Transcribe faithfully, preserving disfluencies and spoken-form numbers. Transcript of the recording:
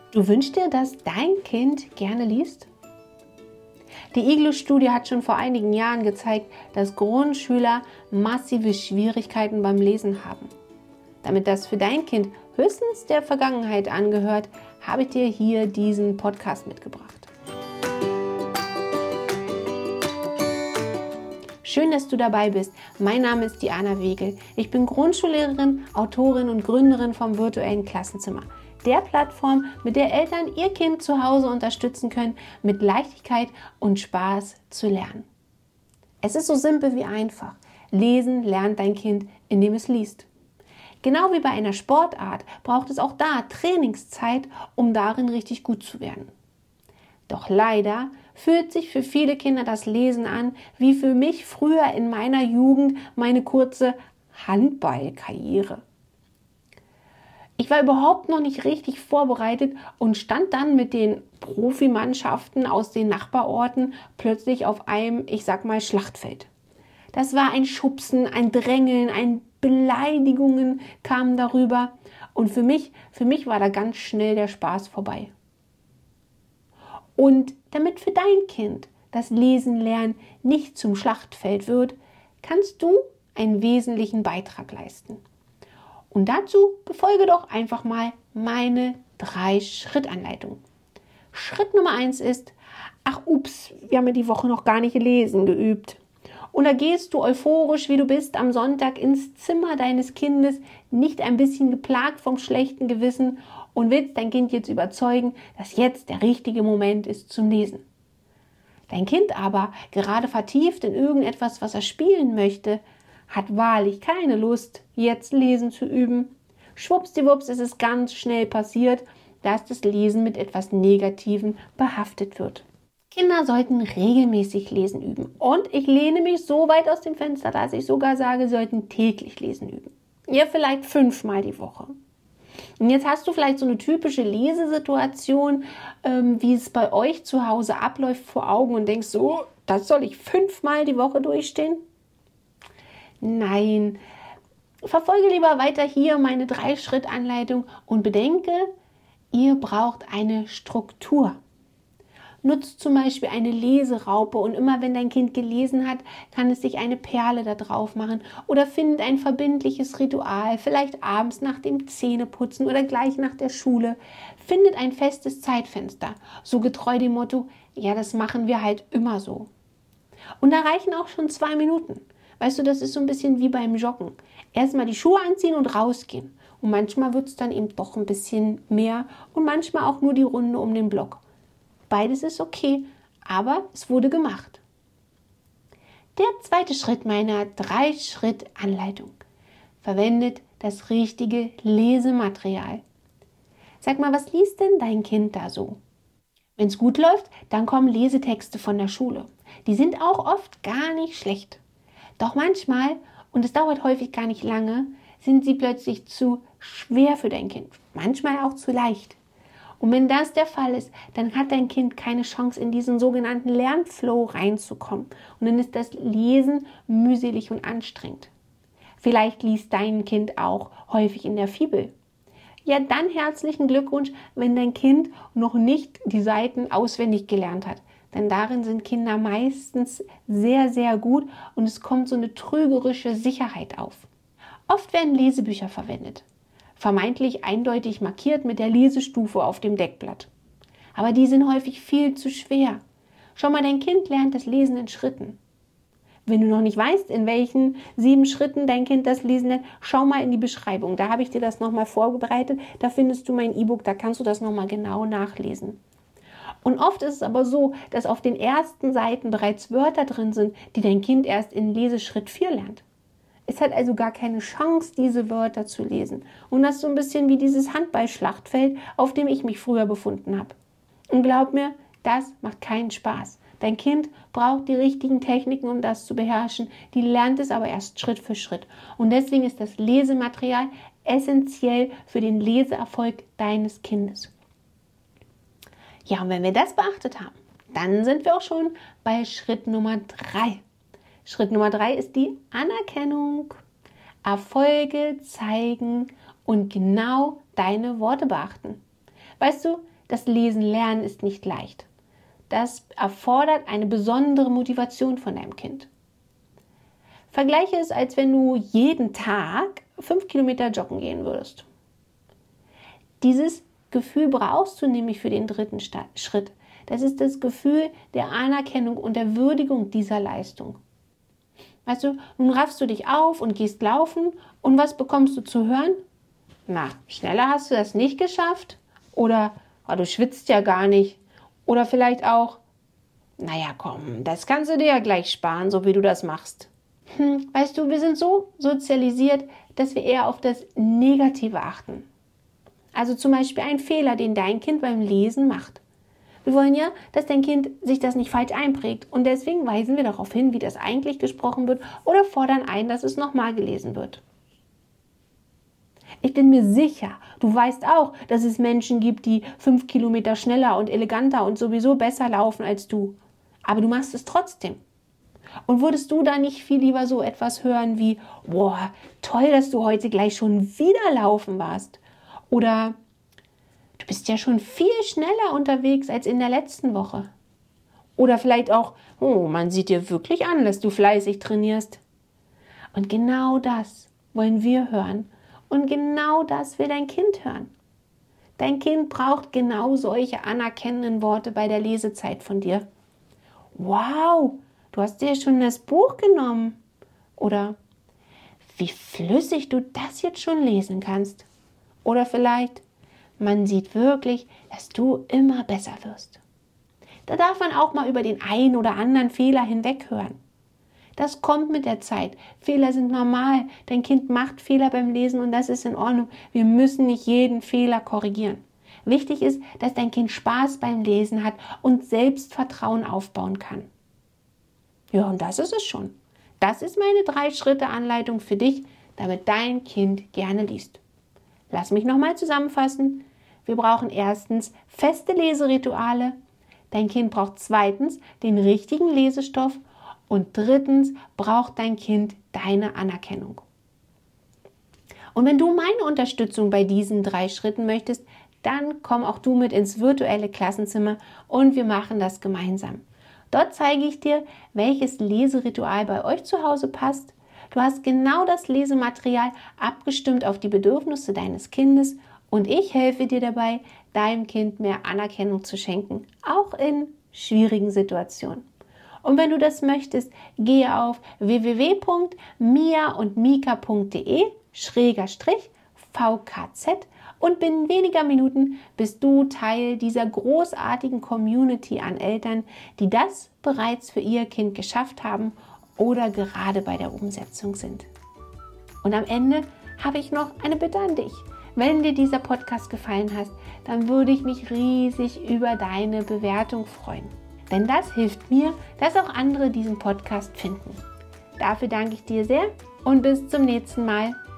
Du wünschst dir, dass dein Kind gerne liest? Die I G L U-Studie hat schon vor einigen Jahren gezeigt, dass Grundschüler massive Schwierigkeiten beim Lesen haben. Damit das für dein Kind höchstens der Vergangenheit angehört, habe ich dir hier diesen Podcast mitgebracht. Schön, dass du dabei bist. Mein Name ist Diana Wegel. Ich bin Grundschullehrerin, Autorin und Gründerin vom virtuellen Klassenzimmer. Der Plattform, mit der Eltern ihr Kind zu Hause unterstützen können, mit Leichtigkeit und Spaß zu lernen. Es ist so simpel wie einfach. Lesen lernt dein Kind, indem es liest. Genau wie bei einer Sportart braucht es auch da Trainingszeit, um darin richtig gut zu werden. Doch leider fühlt sich für viele Kinder das Lesen an, wie für mich früher in meiner Jugend meine kurze Handballkarriere. Ich war überhaupt noch nicht richtig vorbereitet und stand dann mit den Profimannschaften aus den Nachbarorten plötzlich auf einem, ich sag mal, Schlachtfeld. Das war ein Schubsen, ein Drängeln, ein Beleidigungen kamen darüber und für mich, für mich war da ganz schnell der Spaß vorbei. Und damit für dein Kind das Lesen lernen nicht zum Schlachtfeld wird, kannst du einen wesentlichen Beitrag leisten. Und dazu befolge doch einfach mal meine drei Schrittanleitung. Schritt Nummer eins ist, ach ups, wir haben ja die Woche noch gar nicht lesen geübt. Und da gehst du euphorisch, wie du bist, am Sonntag ins Zimmer deines Kindes, nicht ein bisschen geplagt vom schlechten Gewissen und willst dein Kind jetzt überzeugen, dass jetzt der richtige Moment ist zum Lesen. Dein Kind aber, gerade vertieft in irgendetwas, was er spielen möchte, hat wahrlich keine Lust, jetzt Lesen zu üben. Schwuppsdiwupps ist es ganz schnell passiert, dass das Lesen mit etwas Negativem behaftet wird. Kinder sollten regelmäßig Lesen üben. Und ich lehne mich so weit aus dem Fenster, dass ich sogar sage, sie sollten täglich Lesen üben. Ja, vielleicht fünfmal die Woche. Und jetzt hast du vielleicht so eine typische Lesesituation, ähm, wie es bei euch zu Hause abläuft, vor Augen und denkst so, das soll ich fünfmal die Woche durchstehen? Nein, verfolge lieber weiter hier meine Drei-Schritt-Anleitung und bedenke, ihr braucht eine Struktur. Nutzt zum Beispiel eine Leseraupe und immer wenn dein Kind gelesen hat, kann es sich eine Perle da drauf machen oder findet ein verbindliches Ritual, vielleicht abends nach dem Zähneputzen oder gleich nach der Schule. Findet ein festes Zeitfenster, so getreu dem Motto, ja, das machen wir halt immer so. Und da reichen auch schon zwei Minuten. Weißt du, das ist so ein bisschen wie beim Joggen. Erstmal die Schuhe anziehen und rausgehen. Und manchmal wird es dann eben doch ein bisschen mehr und manchmal auch nur die Runde um den Block. Beides ist okay, aber es wurde gemacht. Der zweite Schritt meiner Drei-Schritt-Anleitung. Verwendet das richtige Lesematerial. Sag mal, was liest denn dein Kind da so? Wenn es gut läuft, dann kommen Lesetexte von der Schule. Die sind auch oft gar nicht schlecht. Doch manchmal, und es dauert häufig gar nicht lange, sind sie plötzlich zu schwer für dein Kind. Manchmal auch zu leicht. Und wenn das der Fall ist, dann hat dein Kind keine Chance, in diesen sogenannten Lernflow reinzukommen. Und dann ist das Lesen mühselig und anstrengend. Vielleicht liest dein Kind auch häufig in der Fibel. Ja, dann herzlichen Glückwunsch, wenn dein Kind noch nicht die Seiten auswendig gelernt hat. Denn darin sind Kinder meistens sehr, sehr gut und es kommt so eine trügerische Sicherheit auf. Oft werden Lesebücher verwendet. Vermeintlich eindeutig markiert mit der Lesestufe auf dem Deckblatt. Aber die sind häufig viel zu schwer. Schau mal, dein Kind lernt das Lesen in Schritten. Wenn du noch nicht weißt, in welchen sieben Schritten dein Kind das Lesen lernt, schau mal in die Beschreibung. Da habe ich dir das nochmal vorbereitet. Da findest du mein E-Book, da kannst du das nochmal genau nachlesen. Und oft ist es aber so, dass auf den ersten Seiten bereits Wörter drin sind, die dein Kind erst in Leseschritt vier lernt. Es hat also gar keine Chance, diese Wörter zu lesen. Und das ist so ein bisschen wie dieses Handballschlachtfeld, auf dem ich mich früher befunden habe. Und glaub mir, das macht keinen Spaß. Dein Kind braucht die richtigen Techniken, um das zu beherrschen. Die lernt es aber erst Schritt für Schritt. Und deswegen ist das Lesematerial essentiell für den Leseerfolg deines Kindes. Ja, und wenn wir das beachtet haben, dann sind wir auch schon bei Schritt Nummer drei. Schritt Nummer drei ist die Anerkennung. Erfolge zeigen und genau deine Worte beachten. Weißt du, das Lesen lernen ist nicht leicht. Das erfordert eine besondere Motivation von deinem Kind. Vergleiche es, als wenn du jeden Tag fünf Kilometer joggen gehen würdest. Dieses Gefühl brauchst du nämlich für den dritten Schritt. Das ist das Gefühl der Anerkennung und der Würdigung dieser Leistung. Weißt du, nun raffst du dich auf und gehst laufen und was bekommst du zu hören? Na, schneller hast du das nicht geschafft? Oder oh, du schwitzt ja gar nicht? Oder vielleicht auch, naja komm, das kannst du dir ja gleich sparen, so wie du das machst. Hm, weißt du, wir sind so sozialisiert, dass wir eher auf das Negative achten. Also zum Beispiel ein Fehler, den dein Kind beim Lesen macht. Wir wollen ja, dass dein Kind sich das nicht falsch einprägt und deswegen weisen wir darauf hin, wie das eigentlich gesprochen wird oder fordern ein, dass es nochmal gelesen wird. Ich bin mir sicher, du weißt auch, dass es Menschen gibt, die fünf Kilometer schneller und eleganter und sowieso besser laufen als du. Aber du machst es trotzdem. Und würdest du da nicht viel lieber so etwas hören wie, boah, toll, dass du heute gleich schon wieder laufen warst? Oder du bist ja schon viel schneller unterwegs als in der letzten Woche. Oder vielleicht auch, oh, man sieht dir wirklich an, dass du fleißig trainierst. Und genau das wollen wir hören. Und genau das will dein Kind hören. Dein Kind braucht genau solche anerkennenden Worte bei der Lesezeit von dir. Wow, du hast dir schon das Buch genommen. Oder wie flüssig du das jetzt schon lesen kannst. Oder vielleicht, man sieht wirklich, dass du immer besser wirst. Da darf man auch mal über den einen oder anderen Fehler hinweghören. Das kommt mit der Zeit. Fehler sind normal. Dein Kind macht Fehler beim Lesen und das ist in Ordnung. Wir müssen nicht jeden Fehler korrigieren. Wichtig ist, dass dein Kind Spaß beim Lesen hat und Selbstvertrauen aufbauen kann. Ja, und das ist es schon. Das ist meine Drei-Schritte-Anleitung für dich, damit dein Kind gerne liest. Lass mich nochmal zusammenfassen. Wir brauchen erstens feste Leserituale. Dein Kind braucht zweitens den richtigen Lesestoff. Und drittens braucht dein Kind deine Anerkennung. Und wenn du meine Unterstützung bei diesen drei Schritten möchtest, dann komm auch du mit ins virtuelle Klassenzimmer und wir machen das gemeinsam. Dort zeige ich dir, welches Leseritual bei euch zu Hause passt. Du hast genau das Lesematerial abgestimmt auf die Bedürfnisse deines Kindes und ich helfe dir dabei, deinem Kind mehr Anerkennung zu schenken, auch in schwierigen Situationen. Und wenn du das möchtest, gehe auf w w w punkt mia und mika punkt de schräger Strich V K Z und binnen weniger Minuten bist du Teil dieser großartigen Community an Eltern, die das bereits für ihr Kind geschafft haben oder gerade bei der Umsetzung sind. Und am Ende habe ich noch eine Bitte an dich. Wenn dir dieser Podcast gefallen hat, dann würde ich mich riesig über deine Bewertung freuen. Denn das hilft mir, dass auch andere diesen Podcast finden. Dafür danke ich dir sehr und bis zum nächsten Mal.